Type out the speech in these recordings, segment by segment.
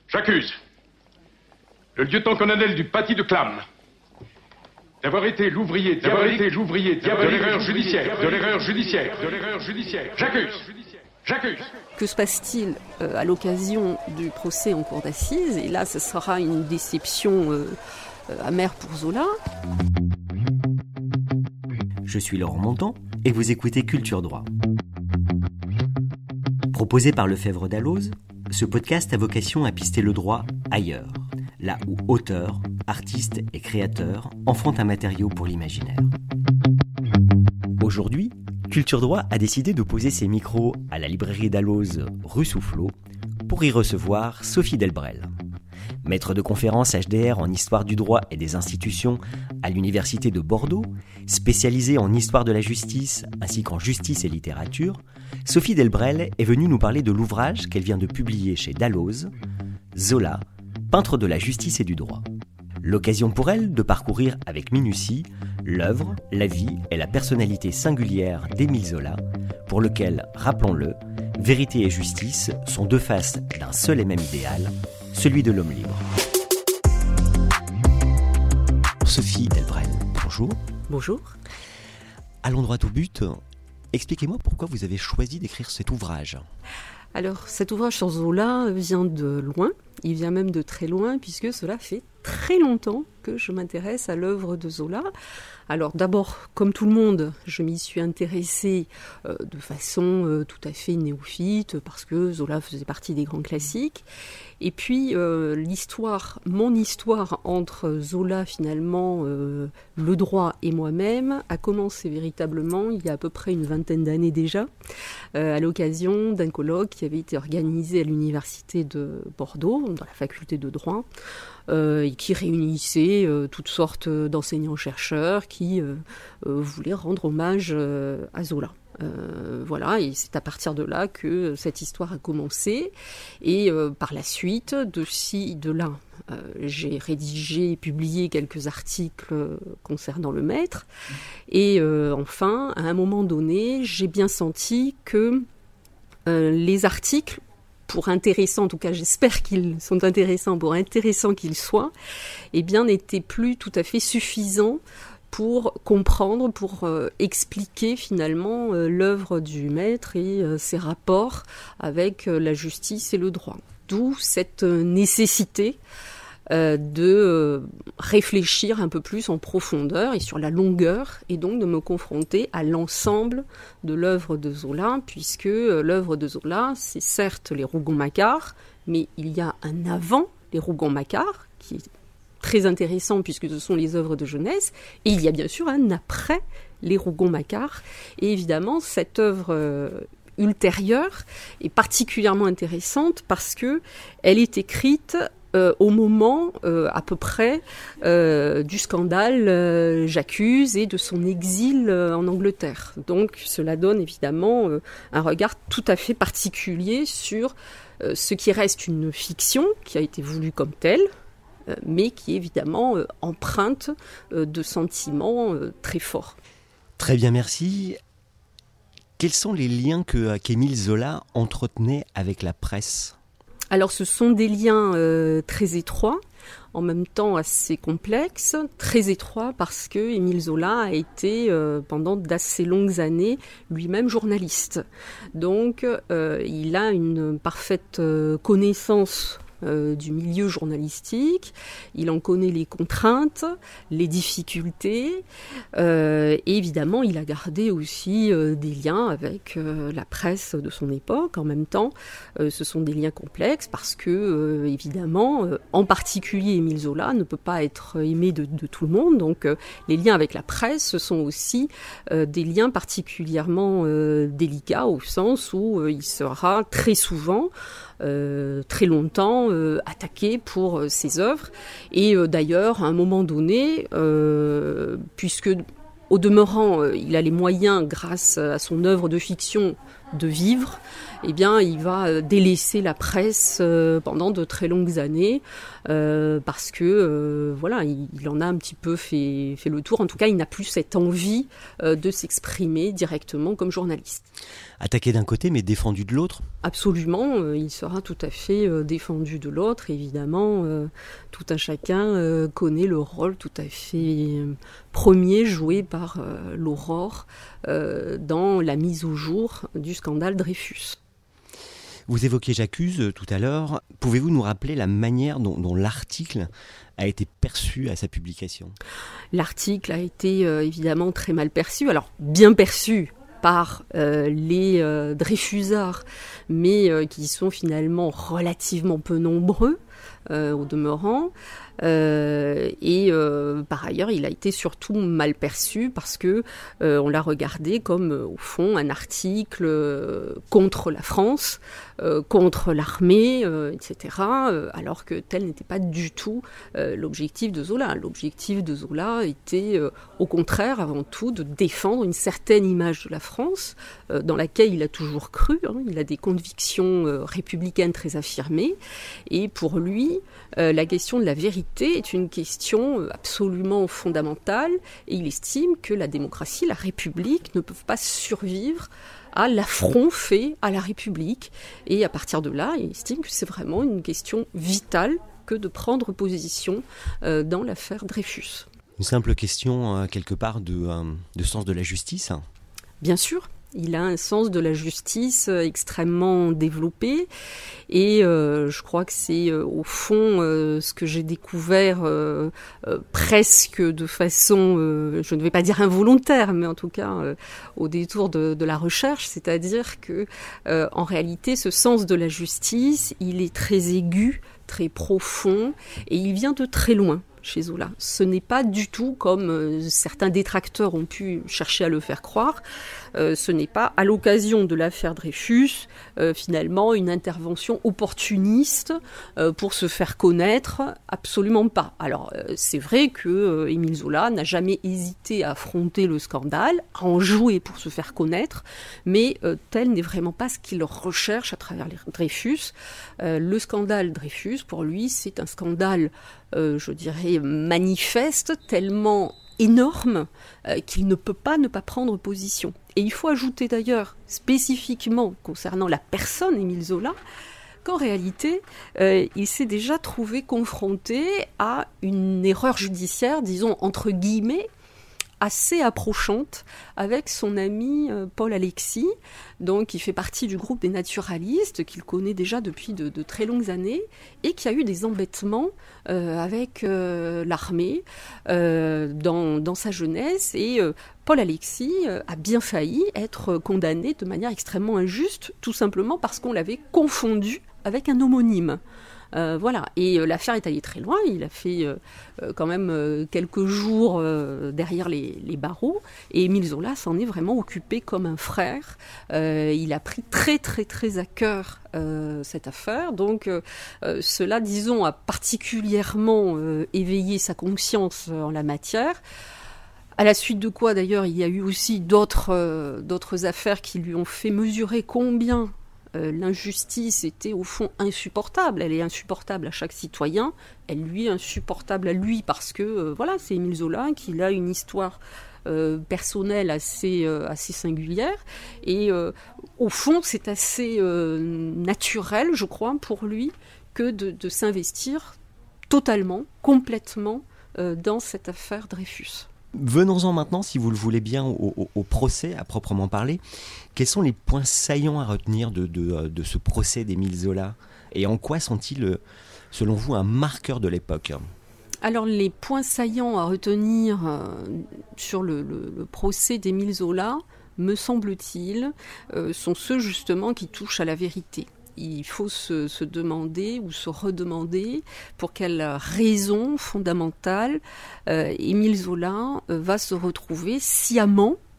J'accuse le lieutenant-colonel du paty de Clam d'avoir été l'ouvrier diabolique de l'erreur judiciaire. J'accuse. Que se passe-t-il à l'occasion du procès en cour d'assises? Et là, ce sera une déception amère pour Zola. Je suis Laurent Montant et vous écoutez Culture Droit. Proposé par Lefebvre Dalloz, ce podcast a vocation à pister le droit ailleurs, là où auteurs, artistes et créateurs en font un matériau pour l'imaginaire. Aujourd'hui, Culture Droit a décidé de poser ses micros à la librairie Dalloz, rue Soufflot, pour y recevoir Sophie Delbrel. Maître de conférences HDR en histoire du droit et des institutions à l'université de Bordeaux, spécialisée en histoire de la justice ainsi qu'en justice et littérature, Sophie Delbrel est venue nous parler de l'ouvrage qu'elle vient de publier chez Dalloz, Zola, peintre de la justice et du droit. L'occasion pour elle de parcourir avec minutie l'œuvre, la vie et la personnalité singulière d'Émile Zola, pour lequel, rappelons-le, vérité et justice sont deux faces d'un seul et même idéal, celui de l'homme libre. Sophie Delbrel, bonjour. Bonjour. Allons droit au but. Expliquez-moi pourquoi vous avez choisi d'écrire cet ouvrage. Alors, cet ouvrage sur Zola vient de loin, il vient même de très loin, puisque cela fait très longtemps que je m'intéresse à l'œuvre de Zola. Alors d'abord, comme tout le monde, je m'y suis intéressée de façon tout à fait néophyte, parce que Zola faisait partie des grands classiques. Et puis mon histoire entre Zola finalement, le droit et moi-même, a commencé véritablement il y a à peu près une vingtaine d'années déjà, à l'occasion d'un colloque qui avait été organisé à l'université de Bordeaux, dans la faculté de droit, et qui réunissait toutes sortes d'enseignants-chercheurs qui voulaient rendre hommage à Zola. Voilà, et c'est à partir de là que cette histoire a commencé. Et par la suite, de là, j'ai rédigé et publié quelques articles concernant le maître. Et enfin, à un moment donné, j'ai bien senti que les articles, pour intéressants, en tout cas j'espère qu'ils sont intéressants, pour intéressants qu'ils soient, eh bien n'étaient plus tout à fait suffisants pour comprendre, pour expliquer finalement l'œuvre du maître et ses rapports avec la justice et le droit. D'où cette nécessité de réfléchir un peu plus en profondeur et sur la longueur, et donc de me confronter à l'ensemble de l'œuvre de Zola, puisque l'œuvre de Zola, c'est certes les Rougon-Macquart, mais il y a un avant les Rougon-Macquart, qui est très intéressant puisque ce sont les œuvres de jeunesse, et il y a bien sûr un après les Rougon-Macquart, et évidemment cette œuvre ultérieure est particulièrement intéressante parce que elle est écrite au moment à peu près du scandale J'accuse et de son exil en Angleterre. Donc cela donne évidemment un regard tout à fait particulier sur ce qui reste une fiction qui a été voulue comme telle, mais qui est évidemment empreinte de sentiments très forts. Très bien, merci. Quels sont les liens qu'Émile Zola entretenait avec la presse ? Alors ce sont des liens très étroits, en même temps assez complexes, très étroits parce que Émile Zola a été pendant d'assez longues années lui-même journaliste. Donc il a une parfaite connaissance du milieu journalistique, il en connaît les contraintes, les difficultés, et évidemment il a gardé aussi des liens avec la presse de son époque. En même temps, ce sont des liens complexes parce que évidemment, en particulier Émile Zola ne peut pas être aimé de tout le monde, donc les liens avec la presse, ce sont aussi des liens particulièrement délicats, au sens où il sera très souvent très longtemps attaqué pour ses œuvres, et d'ailleurs à un moment donné, puisque au demeurant il a les moyens grâce à son œuvre de fiction de vivre, eh bien, il va délaisser la presse pendant de très longues années parce que voilà, il en a un petit peu fait le tour. En tout cas, il n'a plus cette envie de s'exprimer directement comme journaliste. Attaqué d'un côté, mais défendu de l'autre ? Absolument, il sera tout à fait défendu de l'autre. Évidemment, tout un chacun connaît le rôle tout à fait premier joué par l'Aurore dans la mise au jour du scandale Dreyfus. Vous évoquiez J'accuse tout à l'heure. Pouvez-vous nous rappeler la manière dont l'article a été perçu à sa publication ? L'article a été évidemment très mal perçu. Alors, bien perçu par les Dreyfusards, mais qui sont finalement relativement peu nombreux au demeurant. Et par ailleurs, il a été surtout mal perçu parce que on l'a regardé comme, au fond, un article contre la France, contre l'armée, etc., alors que tel n'était pas du tout l'objectif de Zola. L'objectif de Zola était, au contraire, avant tout, de défendre une certaine image de la France, dans laquelle il a toujours cru. Il a des convictions républicaines très affirmées, et pour lui, la question de la vérité est une question absolument fondamentale, et il estime que la démocratie, la République ne peuvent pas survivre à l'affront fait à la République. Et à partir de là, il estime que c'est vraiment une question vitale que de prendre position dans l'affaire Dreyfus. Une simple question, quelque part, de sens de la justice ? Bien sûr. Il a un sens de la justice extrêmement développé, et je crois que c'est au fond ce que j'ai découvert presque de façon, je ne vais pas dire involontaire, mais en tout cas au détour de la recherche, c'est-à-dire que en réalité ce sens de la justice, il est très aigu, très profond, et il vient de très loin chez Zola. Ce n'est pas du tout comme certains détracteurs ont pu chercher à le faire croire. Ce n'est pas, à l'occasion de l'affaire Dreyfus, finalement une intervention opportuniste pour se faire connaître, absolument pas. Alors, c'est vrai que Émile Zola n'a jamais hésité à affronter le scandale, à en jouer pour se faire connaître, mais tel n'est vraiment pas ce qu'il recherche à travers Dreyfus. Le scandale Dreyfus, pour lui, c'est un scandale, je dirais, manifeste, tellement énorme qu'il ne peut pas ne pas prendre position. Et il faut ajouter d'ailleurs, spécifiquement concernant la personne Émile Zola, qu'en réalité, il s'est déjà trouvé confronté à une erreur judiciaire, disons entre guillemets, assez approchante avec son ami Paul Alexis, donc qui fait partie du groupe des naturalistes, qu'il connaît déjà depuis de très longues années, et qui a eu des embêtements avec l'armée dans sa jeunesse. Et Paul Alexis a bien failli être condamné de manière extrêmement injuste, tout simplement parce qu'on l'avait confondu avec un homonyme. Voilà, et l'affaire est allée très loin. Il a fait quand même quelques jours derrière les barreaux, et Émile Zola s'en est vraiment occupé comme un frère. Il a pris très très très à cœur cette affaire, donc cela, disons, a particulièrement éveillé sa conscience en la matière. À la suite de quoi, d'ailleurs, il y a eu aussi d'autres affaires qui lui ont fait mesurer combien l'injustice était au fond insupportable. Elle est insupportable à chaque citoyen, elle lui est insupportable à lui parce que voilà, c'est Émile Zola qui a une histoire personnelle assez singulière, et au fond c'est assez naturel, je crois, pour lui que de s'investir totalement, complètement dans cette affaire Dreyfus. Venons-en maintenant, si vous le voulez bien, au procès à proprement parler. Quels sont les points saillants à retenir de ce procès d'Émile Zola, et en quoi sont-ils, selon vous, un marqueur de l'époque ? Alors, les points saillants à retenir sur le procès d'Émile Zola, me semble-t-il, sont ceux justement qui touchent à la vérité. Il faut se demander ou se redemander pour quelle raison fondamentale Émile Zola va se retrouver sciemment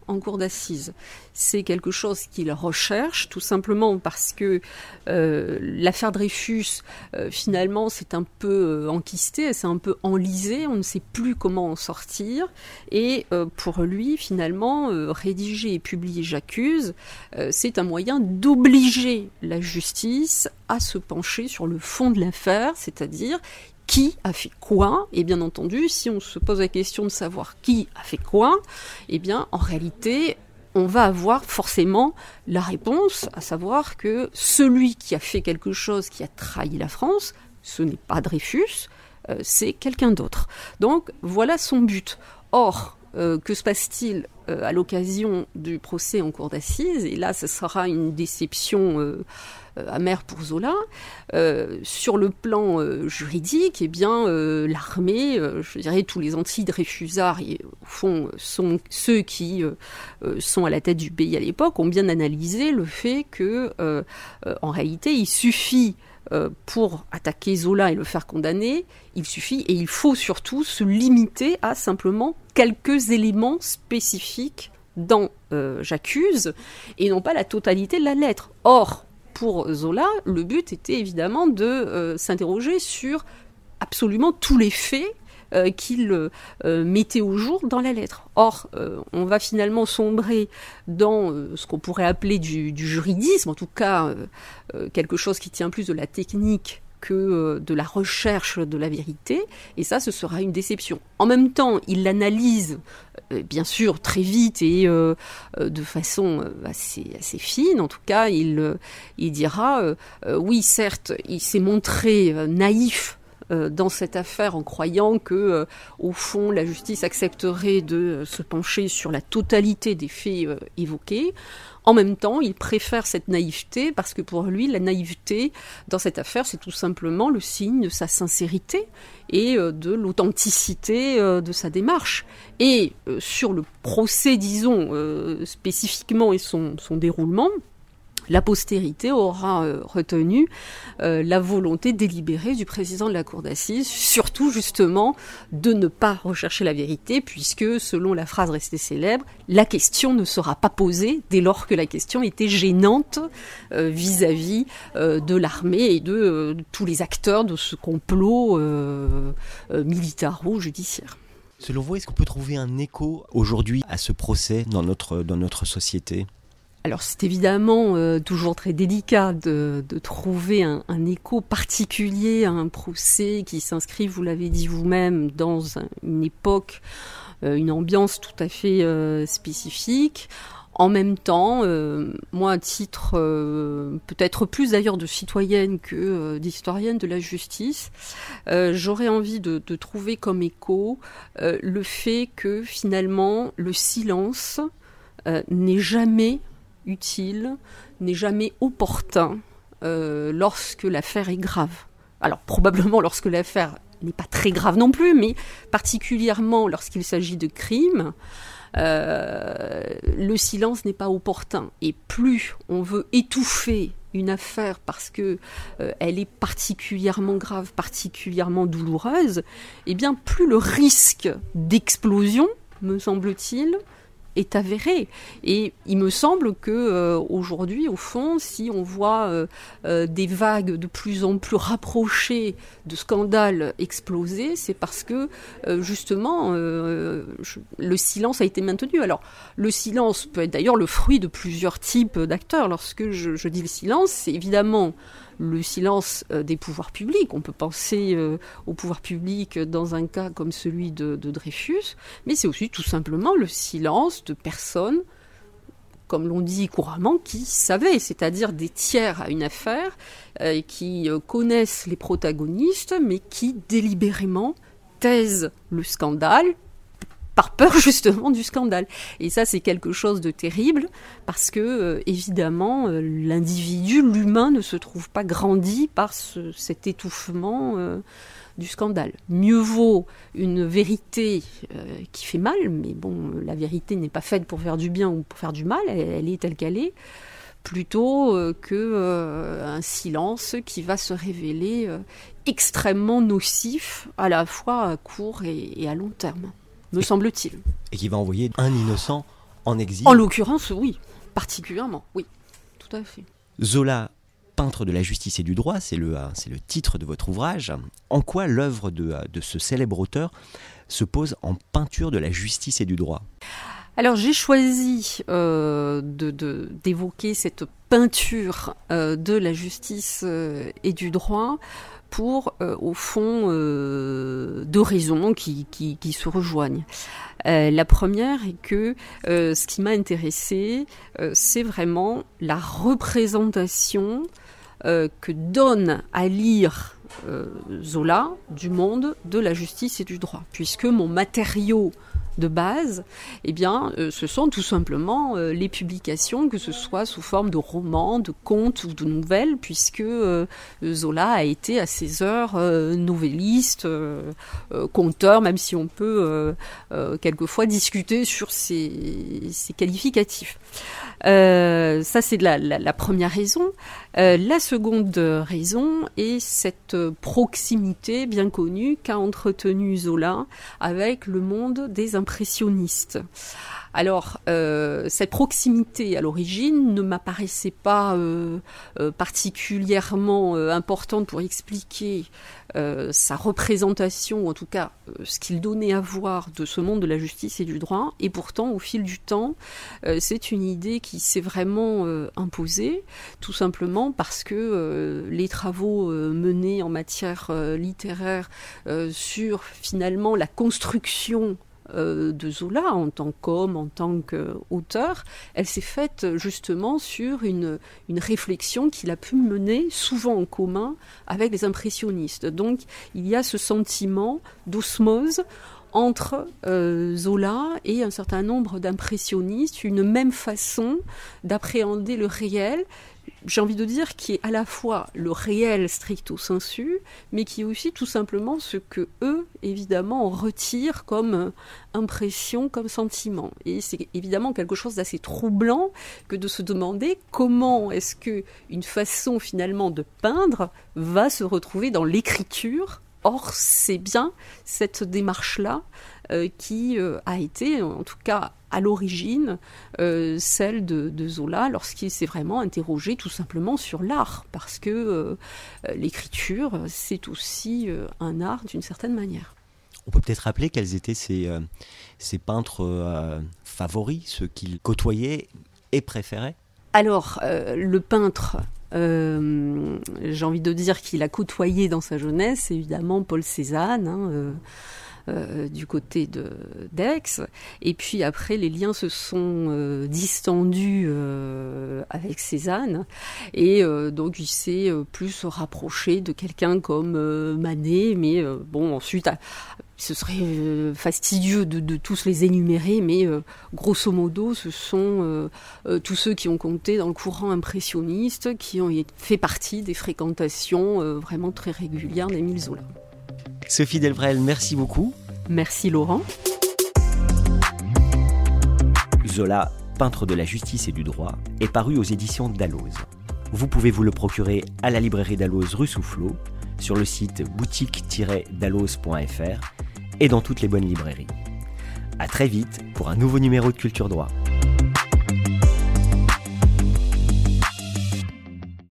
en cour d'assises. C'est quelque chose qu'il recherche, tout simplement parce que l'affaire Dreyfus, finalement, c'est un peu enquisté, c'est un peu enlisé, on ne sait plus comment en sortir. Et pour lui, finalement, rédiger et publier J'accuse, c'est un moyen d'obliger la justice à se pencher sur le fond de l'affaire, c'est-à-dire qui a fait quoi. Et bien entendu, si on se pose la question de savoir qui a fait quoi, eh bien, en réalité, on va avoir forcément la réponse, à savoir que celui qui a fait quelque chose, qui a trahi la France, ce n'est pas Dreyfus, c'est quelqu'un d'autre. Donc, voilà son but. Or, que se passe-t-il à l'occasion du procès en cour d'assises? Et là, ce sera une déception amère pour Zola. Sur le plan juridique, eh bien, l'armée, je dirais tous les anti-Dreyfusards, au fond, sont ceux qui sont à la tête du pays à l'époque, ont bien analysé le fait que, en réalité, il suffit pour attaquer Zola et le faire condamner, il suffit et il faut surtout se limiter à simplement quelques éléments spécifiques dans J'accuse et non pas la totalité de la lettre. Or, pour Zola, le but était évidemment de s'interroger sur absolument tous les faits qu'il mettait au jour dans la lettre. Or, on va finalement sombrer dans ce qu'on pourrait appeler du juridisme, en tout cas quelque chose qui tient plus de la technique que de la recherche de la vérité, et ça, ce sera une déception. En même temps, il l'analyse, bien sûr, très vite et de façon assez fine. En tout cas, il dira, oui, certes, il s'est montré naïf dans cette affaire en croyant que, au fond, la justice accepterait de se pencher sur la totalité des faits évoqués. En même temps, il préfère cette naïveté parce que pour lui, la naïveté dans cette affaire, c'est tout simplement le signe de sa sincérité et de l'authenticité de sa démarche. Et sur le procès, disons, spécifiquement et son déroulement, la postérité aura retenu la volonté délibérée du président de la cour d'assises, surtout justement de ne pas rechercher la vérité, puisque selon la phrase restée célèbre, la question ne sera pas posée dès lors que la question était gênante vis-à-vis de l'armée et de tous les acteurs de ce complot militaro-judiciaire. Selon vous, est-ce qu'on peut trouver un écho aujourd'hui à ce procès dans notre société ? Alors c'est évidemment toujours très délicat de trouver un écho particulier à un procès qui s'inscrit, vous l'avez dit vous-même, dans une époque, une ambiance tout à fait spécifique. En même temps, moi à titre peut-être plus d'ailleurs de citoyenne que d'historienne de la justice, j'aurais envie de trouver comme écho le fait que finalement le silence n'est jamais utile, n'est jamais opportun lorsque l'affaire est grave. Alors probablement lorsque l'affaire n'est pas très grave non plus, mais particulièrement lorsqu'il s'agit de crimes, le silence n'est pas opportun. Et plus on veut étouffer une affaire parce que elle est particulièrement grave, particulièrement douloureuse, eh bien plus le risque d'explosion, me semble-t-il, est avéré. Et il me semble que aujourd'hui, au fond, si on voit des vagues de plus en plus rapprochées de scandales exploser, c'est parce que justement le silence a été maintenu. Alors le silence peut être d'ailleurs le fruit de plusieurs types d'acteurs. Lorsque je dis le silence, c'est évidemment le silence des pouvoirs publics. On peut penser aux pouvoirs publics dans un cas comme celui de Dreyfus, mais c'est aussi tout simplement le silence de personnes, comme l'on dit couramment, qui savaient, c'est-à-dire des tiers à une affaire, qui connaissent les protagonistes, mais qui délibérément taisent le scandale, par peur justement du scandale. Et ça, c'est quelque chose de terrible, parce que, évidemment, l'individu, l'humain, ne se trouve pas grandi par cet étouffement du scandale. Mieux vaut une vérité qui fait mal, mais bon, la vérité n'est pas faite pour faire du bien ou pour faire du mal, elle est telle qu'elle est, plutôt qu'un silence qui va se révéler extrêmement nocif, à la fois à court et à long terme, me semble-t-il. Et qui va envoyer un innocent en exil. En l'occurrence, oui, particulièrement, oui, tout à fait. Zola, peintre de la justice et du droit, c'est le titre de votre ouvrage. En quoi l'œuvre de ce célèbre auteur se pose en peinture de la justice et du droit ? Alors j'ai choisi d'évoquer cette peinture de la justice et du droit pour, au fond, deux raisons qui se rejoignent. La première est que ce qui m'a intéressée, c'est vraiment la représentation que donne à lire Zola du monde de la justice et du droit, puisque mon matériau de base, eh bien, ce sont tout simplement les publications, que ce soit sous forme de romans, de contes ou de nouvelles, puisque Zola a été à ses heures novelliste, conteur, même si on peut quelquefois discuter sur ses qualificatifs. Ça, c'est la première raison. La seconde raison est cette proximité bien connue qu'a entretenue Zola avec le monde des impressionnistes. Alors, cette proximité à l'origine ne m'apparaissait pas particulièrement importante pour expliquer sa représentation, ou en tout cas ce qu'il donnait à voir de ce monde de la justice et du droit. Et pourtant, au fil du temps, c'est une idée qui s'est vraiment imposée, tout simplement parce que les travaux menés en matière littéraire sur finalement la construction de Zola en tant qu'homme, en tant qu'auteur, elle s'est faite justement sur une réflexion qu'il a pu mener souvent en commun avec les impressionnistes. Donc il y a ce sentiment d'osmose entre Zola et un certain nombre d'impressionnistes, une même façon d'appréhender le réel, j'ai envie de dire, qui est à la fois le réel stricto sensu, mais qui est aussi tout simplement ce que eux, évidemment, retirent comme impression, comme sentiment. Et c'est évidemment quelque chose d'assez troublant que de se demander comment est-ce qu'une façon finalement de peindre va se retrouver dans l'écriture. Or, c'est bien cette démarche-là qui a été, en tout cas à l'origine, celle de Zola, lorsqu'il s'est vraiment interrogé tout simplement sur l'art, parce que l'écriture, c'est aussi un art d'une certaine manière. On peut peut-être rappeler quels étaient ses peintres favoris, ceux qu'il côtoyait et préférait ? Alors, le peintre... j'ai envie de dire qu'il a côtoyé dans sa jeunesse, évidemment, Paul Cézanne, du côté d'Aix. Et puis après, les liens se sont distendus avec Cézanne. Et donc, il s'est plus rapproché de quelqu'un comme Manet. Mais bon, ensuite... ce serait fastidieux de tous les énumérer, mais grosso modo, ce sont tous ceux qui ont compté dans le courant impressionniste, qui ont fait partie des fréquentations vraiment très régulières d'Émile Zola. Sophie Delbrel, merci beaucoup. Merci Laurent. Zola, peintre de la justice et du droit, est paru aux éditions Dalloz. Vous pouvez vous le procurer à la librairie Dalloz rue Soufflot, sur le site boutique-dalloz.fr et dans toutes les bonnes librairies. À très vite pour un nouveau numéro de Culture Droit.